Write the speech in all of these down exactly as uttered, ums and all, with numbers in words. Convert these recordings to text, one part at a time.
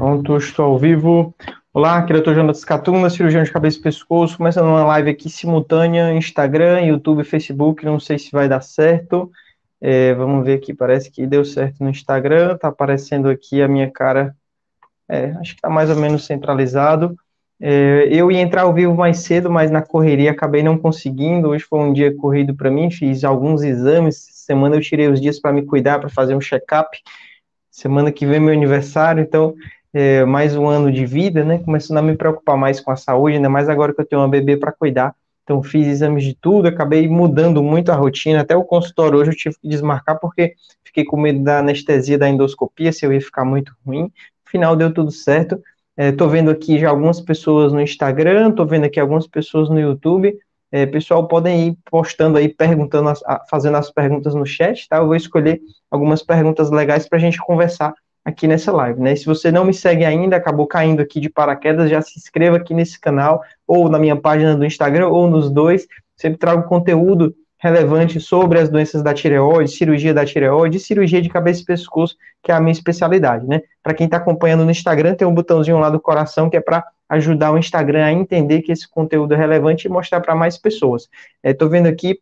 Pronto, estou ao vivo. Olá, aqui é o doutor Jonas Catunda, cirurgião de cabeça e pescoço, começando uma live aqui simultânea, Instagram, YouTube, Facebook, não sei se vai dar certo. É, vamos ver aqui, parece que deu certo no Instagram, tá aparecendo aqui a minha cara, é, acho que está mais ou menos centralizado. É, eu ia entrar ao vivo mais cedo, mas na correria acabei não conseguindo. Hoje foi um dia corrido para mim, fiz alguns exames. Semana eu tirei os dias para me cuidar, para fazer um check-up. Semana que vem é meu aniversário, então é, mais um ano de vida, né? Começando a me preocupar mais com a saúde, ainda mais agora que eu tenho uma bebê para cuidar. Então fiz exames de tudo, acabei mudando muito a rotina. Até o consultório hoje eu tive que desmarcar porque fiquei com medo da anestesia da endoscopia, se eu ia ficar muito ruim. No final deu tudo certo. Estou é, vendo aqui já algumas pessoas no Instagram, estou vendo aqui algumas pessoas no YouTube. É, pessoal, podem ir postando aí, perguntando, as, a, fazendo as perguntas no chat, tá? Eu vou escolher algumas perguntas legais para a gente conversar aqui nessa live, né? E se você não me segue ainda, acabou caindo aqui de paraquedas, já se inscreva aqui nesse canal, ou na minha página do Instagram, ou nos dois. Sempre trago conteúdo relevante sobre as doenças da tireoide, cirurgia da tireoide e cirurgia de cabeça e pescoço, que é a minha especialidade, né? Para quem está acompanhando no Instagram, tem um botãozinho lá do coração que é para ajudar o Instagram a entender que esse conteúdo é relevante e mostrar para mais pessoas. Estou vendo aqui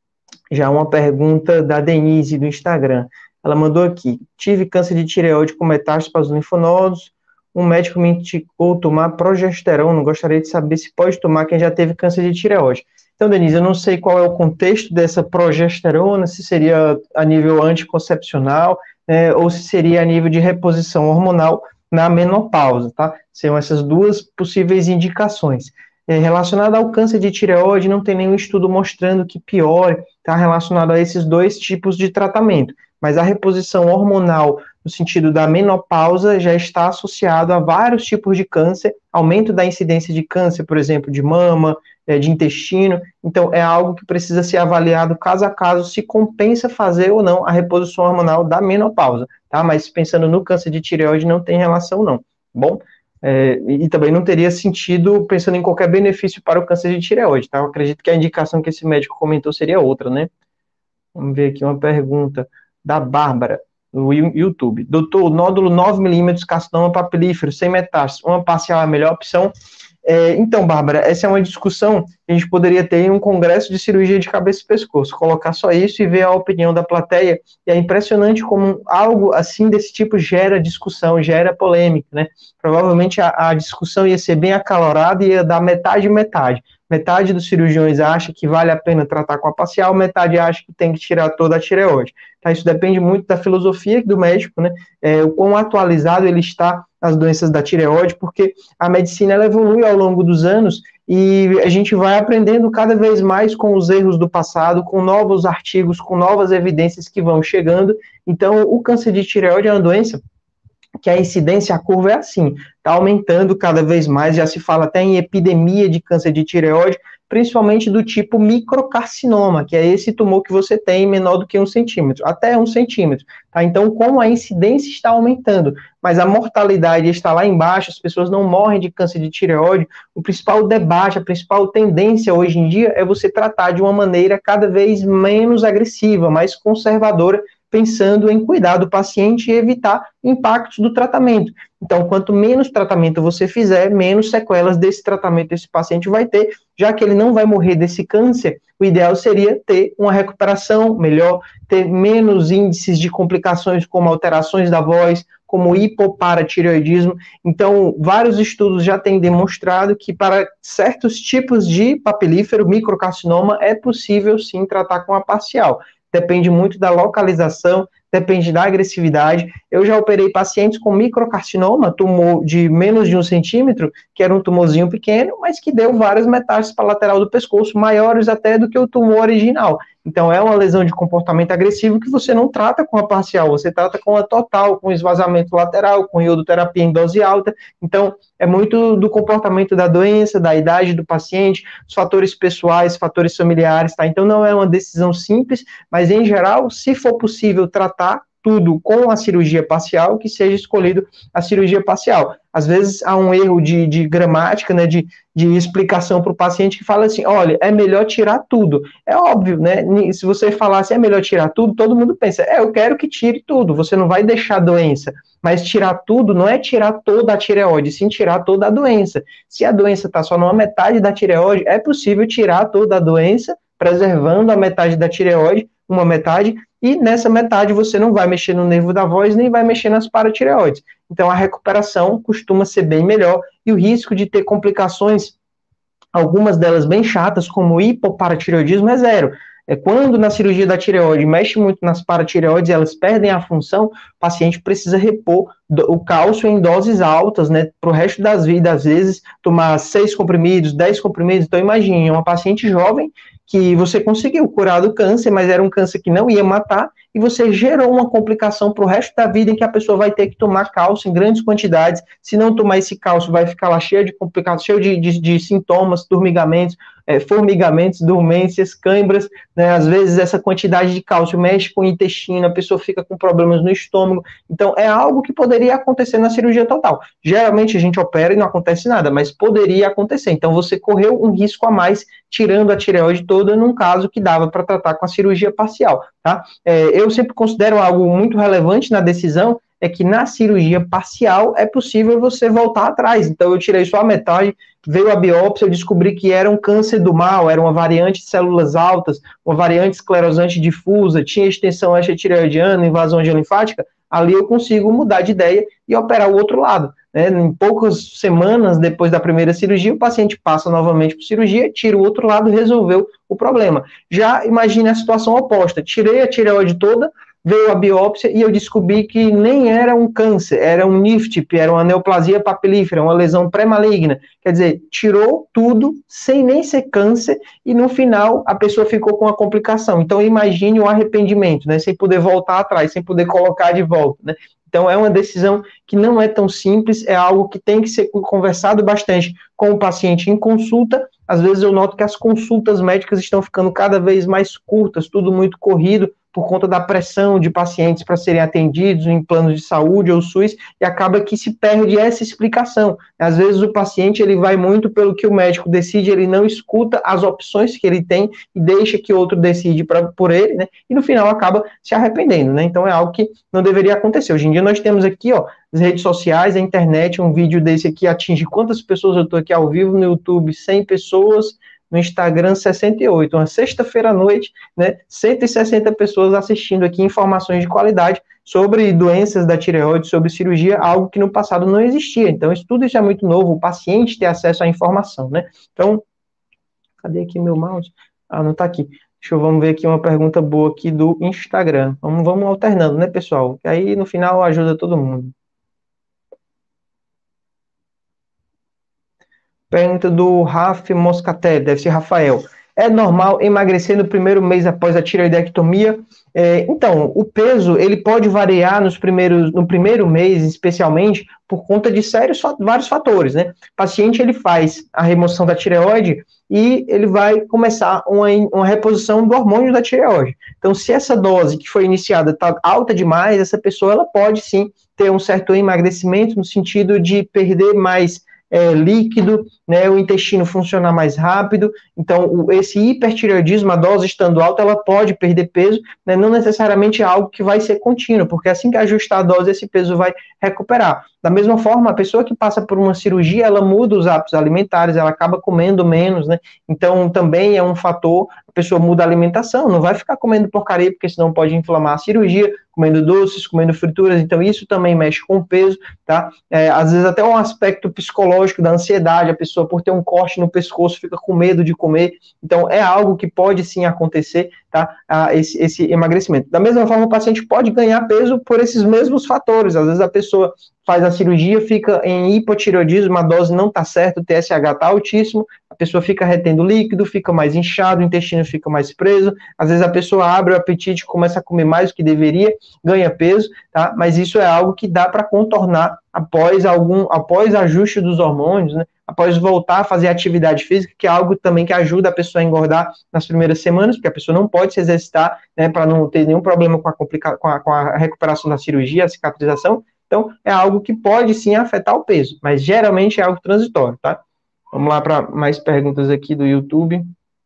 já uma pergunta da Denise do Instagram. Ela mandou aqui: tive câncer de tireoide com metástase para os linfonodos, um médico me indicou tomar progesterona, gostaria de saber se pode tomar quem já teve câncer de tireoide. Então, Denise, eu não sei qual é o contexto dessa progesterona, se seria a nível anticoncepcional, né, ou se seria a nível de reposição hormonal na menopausa, tá? São essas duas possíveis indicações. É, relacionado ao câncer de tireoide, não tem nenhum estudo mostrando que piore, está relacionado a esses dois tipos de tratamento. Mas a reposição hormonal, no sentido da menopausa, já está associado a vários tipos de câncer, aumento da incidência de câncer, por exemplo, de mama, de intestino. Então, é algo que precisa ser avaliado caso a caso, se compensa fazer ou não a reposição hormonal da menopausa, tá? Mas pensando no câncer de tireoide, não tem relação, não, tá bom? É, e também não teria sentido pensando em qualquer benefício para o câncer de tireoide, tá? Eu acredito que a indicação que esse médico comentou seria outra, né? Vamos ver aqui uma pergunta da Bárbara, no YouTube. Doutor, nódulo nove milímetros, carcinoma papilífero, sem metástase, uma parcial é a melhor opção? É, então, Bárbara, essa é uma discussão que a gente poderia ter em um congresso de cirurgia de cabeça e pescoço, colocar só isso e ver a opinião da plateia, e é impressionante como algo assim desse tipo gera discussão, gera polêmica, né? Provavelmente a, a discussão ia ser bem acalorada e ia dar metade metade. Metade dos cirurgiões acha que vale a pena tratar com a parcial, metade acha que tem que tirar toda a tireoide. Tá? Isso depende muito da filosofia do médico, né? É, o quão atualizado ele está nas doenças da tireoide, porque a medicina ela evolui ao longo dos anos e a gente vai aprendendo cada vez mais com os erros do passado, com novos artigos, com novas evidências que vão chegando. Então, o câncer de tireoide é uma doença que a incidência, a curva é assim, está aumentando cada vez mais, já se fala até em epidemia de câncer de tireoide, principalmente do tipo microcarcinoma, que é esse tumor que você tem menor do que um centímetro, até um centímetro, tá? Então, como a incidência está aumentando, mas a mortalidade está lá embaixo, as pessoas não morrem de câncer de tireoide, o principal debate, a principal tendência hoje em dia é você tratar de uma maneira cada vez menos agressiva, mais conservadora, pensando em cuidar do paciente e evitar impactos do tratamento. Então, quanto menos tratamento você fizer, menos sequelas desse tratamento esse paciente vai ter, já que ele não vai morrer desse câncer, o ideal seria ter uma recuperação melhor, ter menos índices de complicações como alterações da voz, como hipoparatireoidismo. Então, vários estudos já têm demonstrado que para certos tipos de papilífero, microcarcinoma, é possível sim tratar com a parcial. Depende muito da localização, depende da agressividade. Eu já operei pacientes com microcarcinoma, tumor de menos de um centímetro, que era um tumorzinho pequeno, mas que deu várias metástases para a lateral do pescoço, maiores até do que o tumor original. Então, é uma lesão de comportamento agressivo que você não trata com a parcial, você trata com a total, com esvazamento lateral, com iodoterapia em dose alta. Então, é muito do comportamento da doença, da idade do paciente, os fatores pessoais, fatores familiares, tá? Então, não é uma decisão simples, mas, em geral, se for possível tratar tudo com a cirurgia parcial, que seja escolhido a cirurgia parcial. Às vezes há um erro de, de gramática, né, de, de explicação para o paciente que fala assim, olha, é melhor tirar tudo. É óbvio, né, se você falar assim, é melhor tirar tudo, todo mundo pensa, é, eu quero que tire tudo, você não vai deixar a doença, mas tirar tudo não é tirar toda a tireoide, sim tirar toda a doença. Se a doença está só numa metade da tireoide, é possível tirar toda a doença, preservando a metade da tireoide, uma metade, e nessa metade você não vai mexer no nervo da voz, nem vai mexer nas paratireoides. Então a recuperação costuma ser bem melhor, e o risco de ter complicações, algumas delas bem chatas, como hipoparatireoidismo, é zero. É quando na cirurgia da tireoide mexe muito nas paratireoides e elas perdem a função, o paciente precisa repor o cálcio em doses altas, né, para o resto das vidas, às vezes tomar seis comprimidos, dez comprimidos. Então imagine, uma paciente jovem que você conseguiu curar do câncer, mas era um câncer que não ia matar, e você gerou uma complicação para o resto da vida em que a pessoa vai ter que tomar cálcio em grandes quantidades. Se não tomar esse cálcio, vai ficar lá cheio de complicações, cheio de, de, de sintomas, formigamentos, é, formigamentos, dormências, câimbras, né? Às vezes essa quantidade de cálcio mexe com o intestino, a pessoa fica com problemas no estômago. Então é algo que poderia acontecer na cirurgia total. Geralmente a gente opera e não acontece nada, mas poderia acontecer. Então você correu um risco a mais tirando a tireoide toda num caso que dava para tratar com a cirurgia parcial, tá? É, eu sempre considero algo muito relevante na decisão, é que na cirurgia parcial é possível você voltar atrás. Então eu tirei só a metade, veio a biópsia, eu descobri que era um câncer do mal, era uma variante de células altas, uma variante esclerosante difusa, tinha extensão extratireoidiana, invasão linfática, ali eu consigo mudar de ideia e operar o outro lado. Né? Em poucas semanas depois da primeira cirurgia, o paciente passa novamente por cirurgia, tira o outro lado e resolveu o problema. Já imagine a situação oposta, tirei a tireoide toda, veio a biópsia e eu descobri que nem era um câncer, era um N I F T P, era uma neoplasia papilífera, uma lesão pré-maligna. Quer dizer, tirou tudo sem nem ser câncer e no final a pessoa ficou com a complicação. Então imagine o arrependimento, né, sem poder voltar atrás, sem poder colocar de volta, né. Então é uma decisão que não é tão simples, é algo que tem que ser conversado bastante com o paciente em consulta. Às vezes eu noto que as consultas médicas estão ficando cada vez mais curtas, tudo muito corrido, por conta da pressão de pacientes para serem atendidos em planos de saúde ou SUS, e acaba que se perde essa explicação. Às vezes o paciente ele vai muito pelo que o médico decide, ele não escuta as opções que ele tem e deixa que outro decide pra, por ele, né? E no final acaba se arrependendo, né? Então é algo que não deveria acontecer. Hoje em dia nós temos aqui, ó, as redes sociais, a internet, um vídeo desse aqui atinge quantas pessoas? Eu estou aqui ao vivo no YouTube, cem pessoas, no Instagram sessenta e oito, uma sexta-feira à noite, né, cento e sessenta pessoas assistindo aqui informações de qualidade sobre doenças da tireoide, sobre cirurgia, algo que no passado não existia. Então, isso tudo isso é muito novo, o paciente ter acesso à informação, né? Então, cadê aqui meu mouse? Ah, não tá aqui. Deixa eu, vamos ver aqui uma pergunta boa aqui do Instagram. Vamos, vamos alternando, né, pessoal? Que aí, no final, ajuda todo mundo. Pergunta do Raf Moscatelli, deve ser Rafael. É normal emagrecer no primeiro mês após a tireoidectomia? É, então, o peso ele pode variar nos primeiros, no primeiro mês, especialmente, por conta de sérios, vários fatores, né? O paciente ele faz a remoção da tireoide e ele vai começar uma, uma reposição do hormônio da tireoide. Então, se essa dose que foi iniciada está alta demais, essa pessoa ela pode sim ter um certo emagrecimento no sentido de perder mais É, líquido, né, o intestino funcionar mais rápido. Então, o, esse hipertireoidismo, a dose estando alta, ela pode perder peso, né, não necessariamente é algo que vai ser contínuo, porque assim que ajustar a dose, esse peso vai recuperar. Da mesma forma, a pessoa que passa por uma cirurgia, ela muda os hábitos alimentares, ela acaba comendo menos, né, então também é um fator, a pessoa muda a alimentação, não vai ficar comendo porcaria, porque senão pode inflamar a cirurgia, comendo doces, comendo frituras, então isso também mexe com o peso, tá? É, às vezes até um aspecto psicológico da ansiedade, a pessoa por ter um corte no pescoço fica com medo de comer, então é algo que pode sim acontecer, tá? Ah, esse, esse emagrecimento. Da mesma forma, o paciente pode ganhar peso por esses mesmos fatores, às vezes a pessoa faz a cirurgia, fica em hipotireoidismo, a dose não está certa, o T S H está altíssimo, a pessoa fica retendo líquido, fica mais inchado, o intestino fica mais preso, às vezes a pessoa abre o apetite, começa a comer mais do que deveria, ganha peso, tá? Mas isso é algo que dá para contornar após algum, após ajuste dos hormônios, né? Após voltar a fazer atividade física, que é algo também que ajuda a pessoa a engordar nas primeiras semanas, porque a pessoa não pode se exercitar, né, para não ter nenhum problema com a, complica com, a, com a recuperação da cirurgia, a cicatrização. Então, é algo que pode sim afetar o peso, mas geralmente é algo transitório, tá? Vamos lá para mais perguntas aqui do YouTube.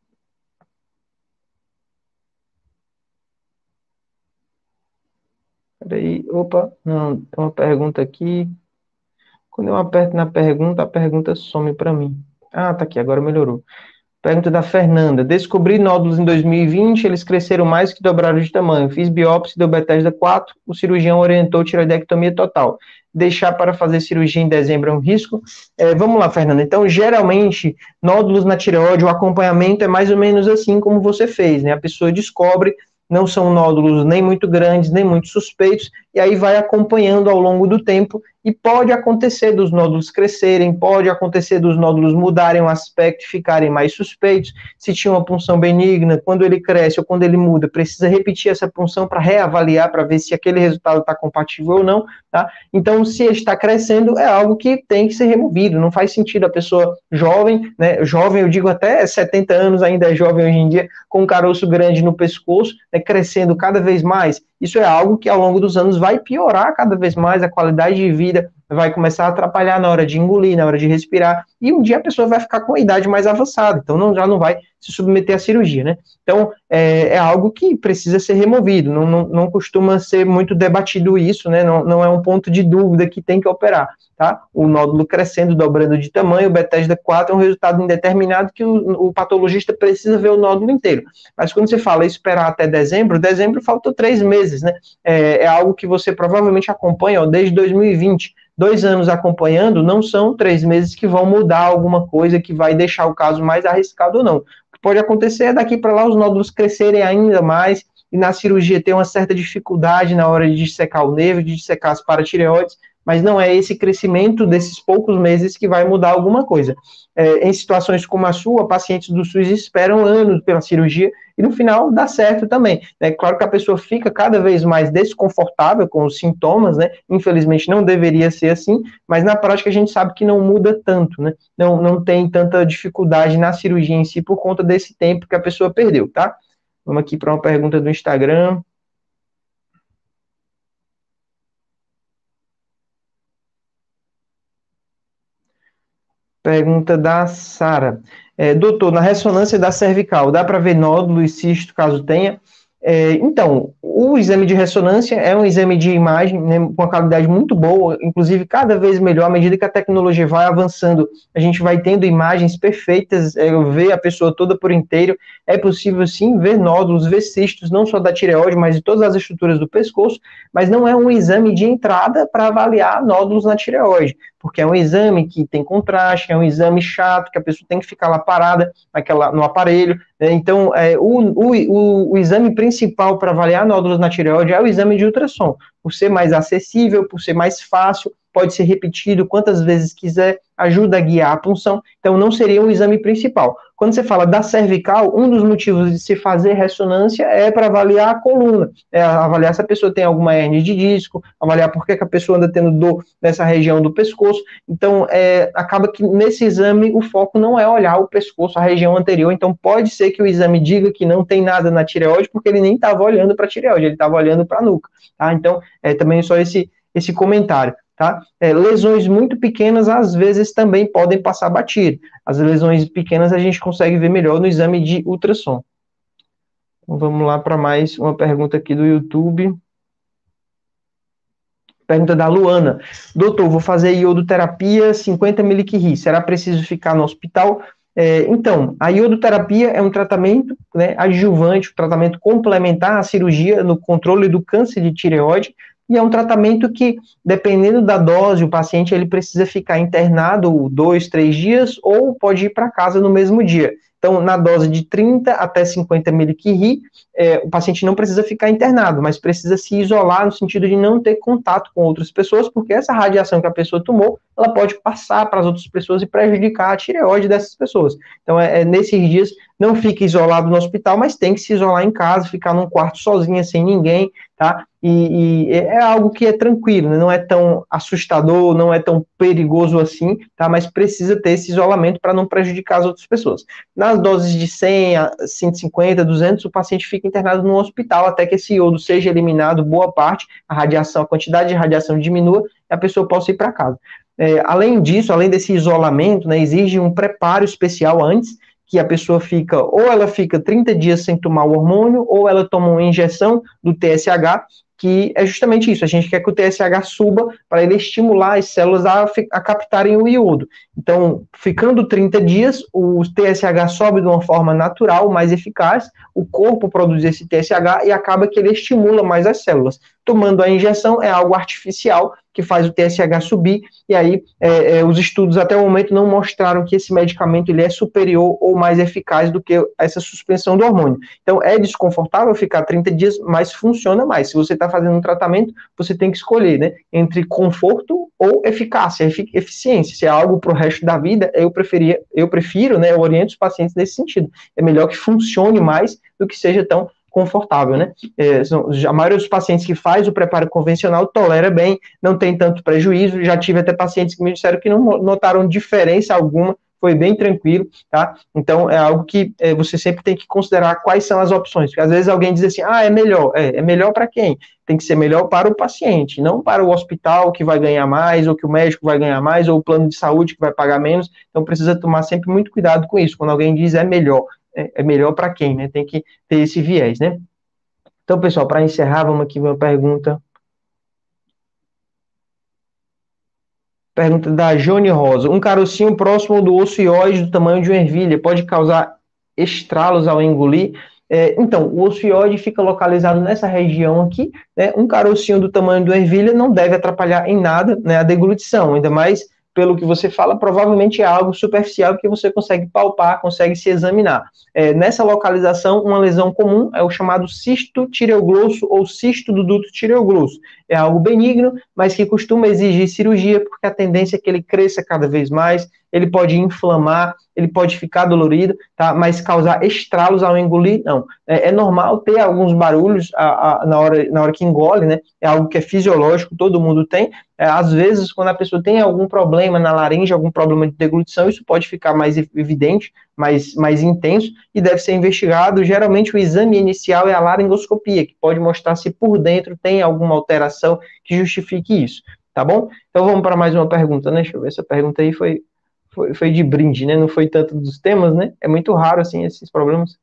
Peraí, opa, não, tem uma pergunta aqui. Quando eu aperto na pergunta, a pergunta some para mim. Ah, tá aqui, agora melhorou. Pergunta da Fernanda. Descobri nódulos em dois mil e vinte, eles cresceram mais que dobraram de tamanho. Fiz biópsia, deu Bethesda quatro, o cirurgião orientou tireoidectomia total. Deixar para fazer cirurgia em dezembro é um risco? É, vamos lá, Fernanda. Então, geralmente, nódulos na tireoide, o acompanhamento é mais ou menos assim como você fez, né? A pessoa descobre, não são nódulos nem muito grandes, nem muito suspeitos, e aí vai acompanhando ao longo do tempo, e pode acontecer dos nódulos crescerem, pode acontecer dos nódulos mudarem o aspecto e ficarem mais suspeitos. Se tinha uma punção benigna, quando ele cresce ou quando ele muda, precisa repetir essa punção para reavaliar, para ver se aquele resultado está compatível ou não, tá? Então, se está crescendo, é algo que tem que ser removido. Não faz sentido a pessoa jovem, né? Jovem, eu digo até setenta anos, ainda é jovem hoje em dia, com um caroço grande no pescoço, né, crescendo cada vez mais. Isso é algo que ao longo dos anos vai piorar cada vez mais, a qualidade de vida vai começar a atrapalhar na hora de engolir, na hora de respirar, e um dia a pessoa vai ficar com a idade mais avançada, então não, já não vai se submeter à cirurgia, né? Então, é, é algo que precisa ser removido, não, não, não costuma ser muito debatido isso, né? Não, não é um ponto de dúvida que tem que operar, tá? O nódulo crescendo, dobrando de tamanho, o Bethesda quatro é um resultado indeterminado que o, o patologista precisa ver o nódulo inteiro. Mas quando você fala esperar até dezembro, dezembro faltam três meses, né? É, é algo que você provavelmente acompanha ó, desde dois mil e vinte, dois anos acompanhando, não são três meses que vão mudar alguma coisa que vai deixar o caso mais arriscado ou não. O que pode acontecer é daqui para lá os nódulos crescerem ainda mais e na cirurgia ter uma certa dificuldade na hora de dissecar o nervo, de dissecar as paratireoides, mas não é esse crescimento desses poucos meses que vai mudar alguma coisa. É, em situações como a sua, pacientes do SUS esperam anos pela cirurgia e no final dá certo também. É claro que a pessoa fica cada vez mais desconfortável com os sintomas, né? Infelizmente não deveria ser assim, mas na prática a gente sabe que não muda tanto, né? Não, não tem tanta dificuldade na cirurgia em si por conta desse tempo que a pessoa perdeu, tá? Vamos aqui para uma pergunta do Instagram. Pergunta da Sara. É, doutor, na ressonância da cervical, dá para ver nódulo e cisto, caso tenha? É, então, o exame de ressonância é um exame de imagem, né, com uma qualidade muito boa, inclusive cada vez melhor, à medida que a tecnologia vai avançando, a gente vai tendo imagens perfeitas, é, ver a pessoa toda por inteiro, é possível sim ver nódulos, ver cistos, não só da tireoide, mas de todas as estruturas do pescoço, mas não é um exame de entrada para avaliar nódulos na tireoide, porque é um exame que tem contraste, é um exame chato, que a pessoa tem que ficar lá parada naquela, no aparelho, né? Então, é, o, o, o, o exame principal para avaliar nódulos na tireoide é o exame de ultrassom, por ser mais acessível, por ser mais fácil, pode ser repetido quantas vezes quiser, ajuda a guiar a punção, então não seria um exame principal. Quando você fala da cervical, um dos motivos de se fazer ressonância é para avaliar a coluna, é avaliar se a pessoa tem alguma hérnia de disco, avaliar por que, que a pessoa anda tendo dor nessa região do pescoço, então é, acaba que nesse exame o foco não é olhar o pescoço, a região anterior, então pode ser que o exame diga que não tem nada na tireoide, porque ele nem estava olhando para a tireoide, ele estava olhando para a nuca, tá? Então, é também só esse, esse comentário. Tá? É, lesões muito pequenas, às vezes, também podem passar batido. As lesões pequenas a gente consegue ver melhor no exame de ultrassom. Então, vamos lá para mais uma pergunta aqui do YouTube. Pergunta da Luana. Doutor, vou fazer iodoterapia cinquenta miliquiri. Será preciso ficar no hospital? É, então, a iodoterapia é um tratamento, né, adjuvante, um tratamento complementar à cirurgia no controle do câncer de tireoide, e é um tratamento que, dependendo da dose, o paciente ele precisa ficar internado dois, três dias, ou pode ir para casa no mesmo dia. Então, na dose de trinta até cinquenta miliquiri, é, o paciente não precisa ficar internado, mas precisa se isolar no sentido de não ter contato com outras pessoas, porque essa radiação que a pessoa tomou, ela pode passar para as outras pessoas e prejudicar a tireoide dessas pessoas. Então, é, é nesses dias, não fique isolado no hospital, mas tem que se isolar em casa, ficar num quarto sozinha, sem ninguém, tá? E, e é algo que é tranquilo, né? Não é tão assustador, não é tão perigoso assim, tá? Mas precisa ter esse isolamento para não prejudicar as outras pessoas. Nas doses de cem a cento e cinquenta, duzentos, o paciente fica internado no hospital até que esse iodo seja eliminado, boa parte, a radiação, a quantidade de radiação diminua e a pessoa possa ir para casa. É, além disso, além desse isolamento, né, exige um preparo especial antes, que a pessoa fica, ou ela fica trinta dias sem tomar o hormônio, ou ela toma uma injeção do T S H, que é justamente isso, a gente quer que o T S H suba para ele estimular as células a, a captarem o iodo. Então, ficando trinta dias, o T S H sobe de uma forma natural, mais eficaz, o corpo produz esse T S H e acaba que ele estimula mais as células. Tomando a injeção é algo artificial, que faz o T S H subir, e aí é, é, os estudos até o momento não mostraram que esse medicamento ele é superior ou mais eficaz do que essa suspensão do hormônio. Então é desconfortável ficar trinta dias, mas funciona mais. Se você está fazendo um tratamento, você tem que escolher, né, entre conforto ou eficácia, efic eficiência. Se é algo para o resto da vida, eu preferia, eu prefiro, né, eu oriento os pacientes nesse sentido. É melhor que funcione mais do que seja tão confortável, né? É, são, a maioria dos pacientes que faz o preparo convencional tolera bem, não tem tanto prejuízo. Já tive até pacientes que me disseram que não notaram diferença alguma, foi bem tranquilo, tá? Então, é algo que é, você sempre tem que considerar quais são as opções, porque às vezes alguém diz assim, ah, é melhor. É, é melhor para quem? Tem que ser melhor para o paciente, não para o hospital que vai ganhar mais, ou que o médico vai ganhar mais, ou o plano de saúde que vai pagar menos. Então, precisa tomar sempre muito cuidado com isso. Quando alguém diz é melhor, é melhor para quem, né? Tem que ter esse viés, né? Então, pessoal, para encerrar, vamos aqui ver uma pergunta. Pergunta da Jone Rosa. Um carocinho próximo do osso ióide do tamanho de uma ervilha pode causar estralos ao engolir? É, então, o osso ióide fica localizado nessa região aqui, né? Um carocinho do tamanho de uma ervilha não deve atrapalhar em nada, né, a deglutição, ainda mais pelo que você fala, provavelmente é algo superficial que você consegue palpar, consegue se examinar. É, nessa localização, uma lesão comum é o chamado cisto tireoglosso ou cisto do duto tireoglosso. É algo benigno, mas que costuma exigir cirurgia, porque a tendência é que ele cresça cada vez mais, ele pode inflamar, ele pode ficar dolorido, tá? Mas causar estralos ao engolir, não. É, é normal ter alguns barulhos a, a, na, hora, na hora que engole, né? É algo que é fisiológico, todo mundo tem. É, às vezes, quando a pessoa tem algum problema na laringe, algum problema de deglutição, isso pode ficar mais evidente, mais, mais intenso, e deve ser investigado. Geralmente, o exame inicial é a laringoscopia, que pode mostrar se por dentro tem alguma alteração que justifique isso, tá bom? Então, vamos para mais uma pergunta, né? Deixa eu ver, essa pergunta aí foi... Foi, foi de brinde, né? Não foi tanto dos temas, né? É muito raro, assim, esses problemas.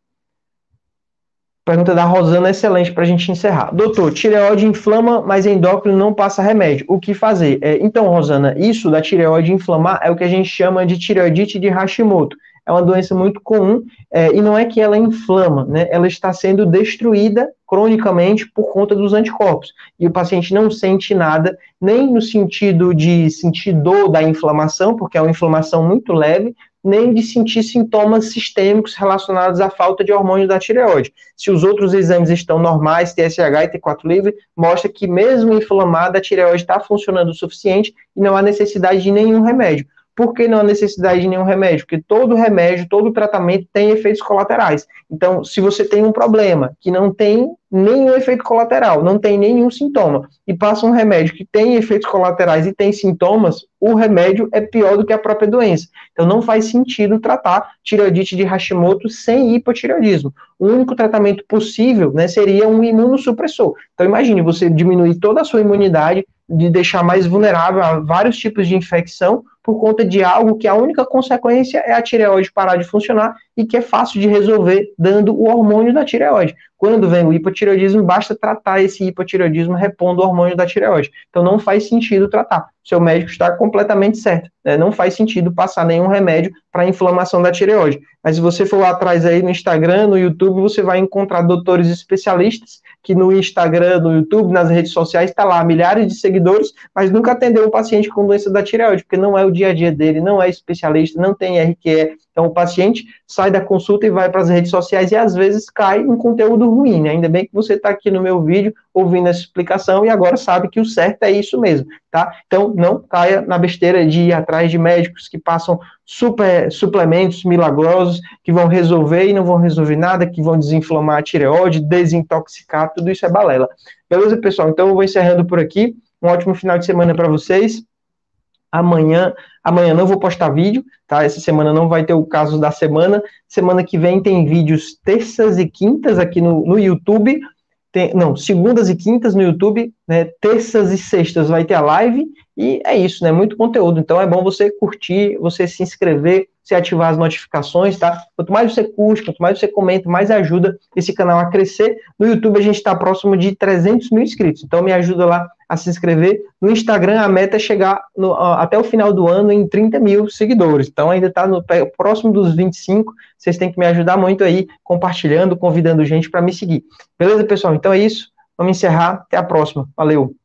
Pergunta da Rosana, excelente para a gente encerrar. Doutor, tireoide inflama, mas endócrino não passa remédio. O que fazer? É, então, Rosana, isso da tireoide inflamar é o que a gente chama de tireoidite de Hashimoto. É uma doença muito comum, é, e não é que ela inflama, né? Ela está sendo destruída cronicamente por conta dos anticorpos. E o paciente não sente nada, nem no sentido de sentir dor da inflamação, porque é uma inflamação muito leve, nem de sentir sintomas sistêmicos relacionados à falta de hormônio da tireoide. Se os outros exames estão normais, T S H e T quatro livre, mostra que mesmo inflamada, a tireoide está funcionando o suficiente e não há necessidade de nenhum remédio. Por que não há necessidade de nenhum remédio? Porque todo remédio, todo tratamento tem efeitos colaterais. Então, se você tem um problema que não tem nenhum efeito colateral, não tem nenhum sintoma, e passa um remédio que tem efeitos colaterais e tem sintomas, o remédio é pior do que a própria doença. Então, não faz sentido tratar tireoidite de Hashimoto sem hipotireoidismo. O único tratamento possível, né, seria um imunossupressor. Então, imagine você diminuir toda a sua imunidade, de deixar mais vulnerável a vários tipos de infecção por conta de algo que a única consequência é a tireoide parar de funcionar e que é fácil de resolver dando o hormônio da tireoide. Quando vem o hipotireoidismo, basta tratar esse hipotireoidismo repondo o hormônio da tireoide. Então não faz sentido tratar. Seu médico está completamente certo, né? Não faz sentido passar nenhum remédio para a inflamação da tireoide. Mas se você for lá atrás aí no Instagram, no YouTube, você vai encontrar doutores especialistas que no Instagram, no YouTube, nas redes sociais, está lá, milhares de seguidores, mas nunca atendeu um paciente com doença da tireoide, porque não é o dia a dia dele, não é especialista, não tem R Q E. Então, o paciente sai da consulta e vai para as redes sociais e, às vezes, cai em conteúdo ruim, né? Ainda bem que você está aqui no meu vídeo ouvindo essa explicação e agora sabe que o certo é isso mesmo, tá? Então, não caia na besteira de ir atrás de médicos que passam super suplementos milagrosos, que vão resolver e não vão resolver nada, que vão desinflamar a tireoide, desintoxicar, tudo isso é balela. Beleza, pessoal? Então, eu vou encerrando por aqui. Um ótimo final de semana para vocês. Amanhã, amanhã não vou postar vídeo, tá? Essa semana não vai ter o caso da semana. Semana que vem tem vídeos terças e quintas aqui no, no YouTube. Tem, não, segundas e quintas no YouTube, né? Terças e sextas vai ter a live. E é isso, né? Muito conteúdo. Então é bom você curtir, você se inscrever, você ativar as notificações, tá? Quanto mais você curte, quanto mais você comenta, mais ajuda esse canal a crescer. No YouTube a gente está próximo de trezentos mil inscritos. Então me ajuda lá a se inscrever. No Instagram a meta é chegar no, até o final do ano em trinta mil seguidores. Então ainda está próximo dos vinte e cinco. Vocês têm que me ajudar muito aí, compartilhando, convidando gente para me seguir. Beleza, pessoal? Então é isso. Vamos encerrar. Até a próxima. Valeu!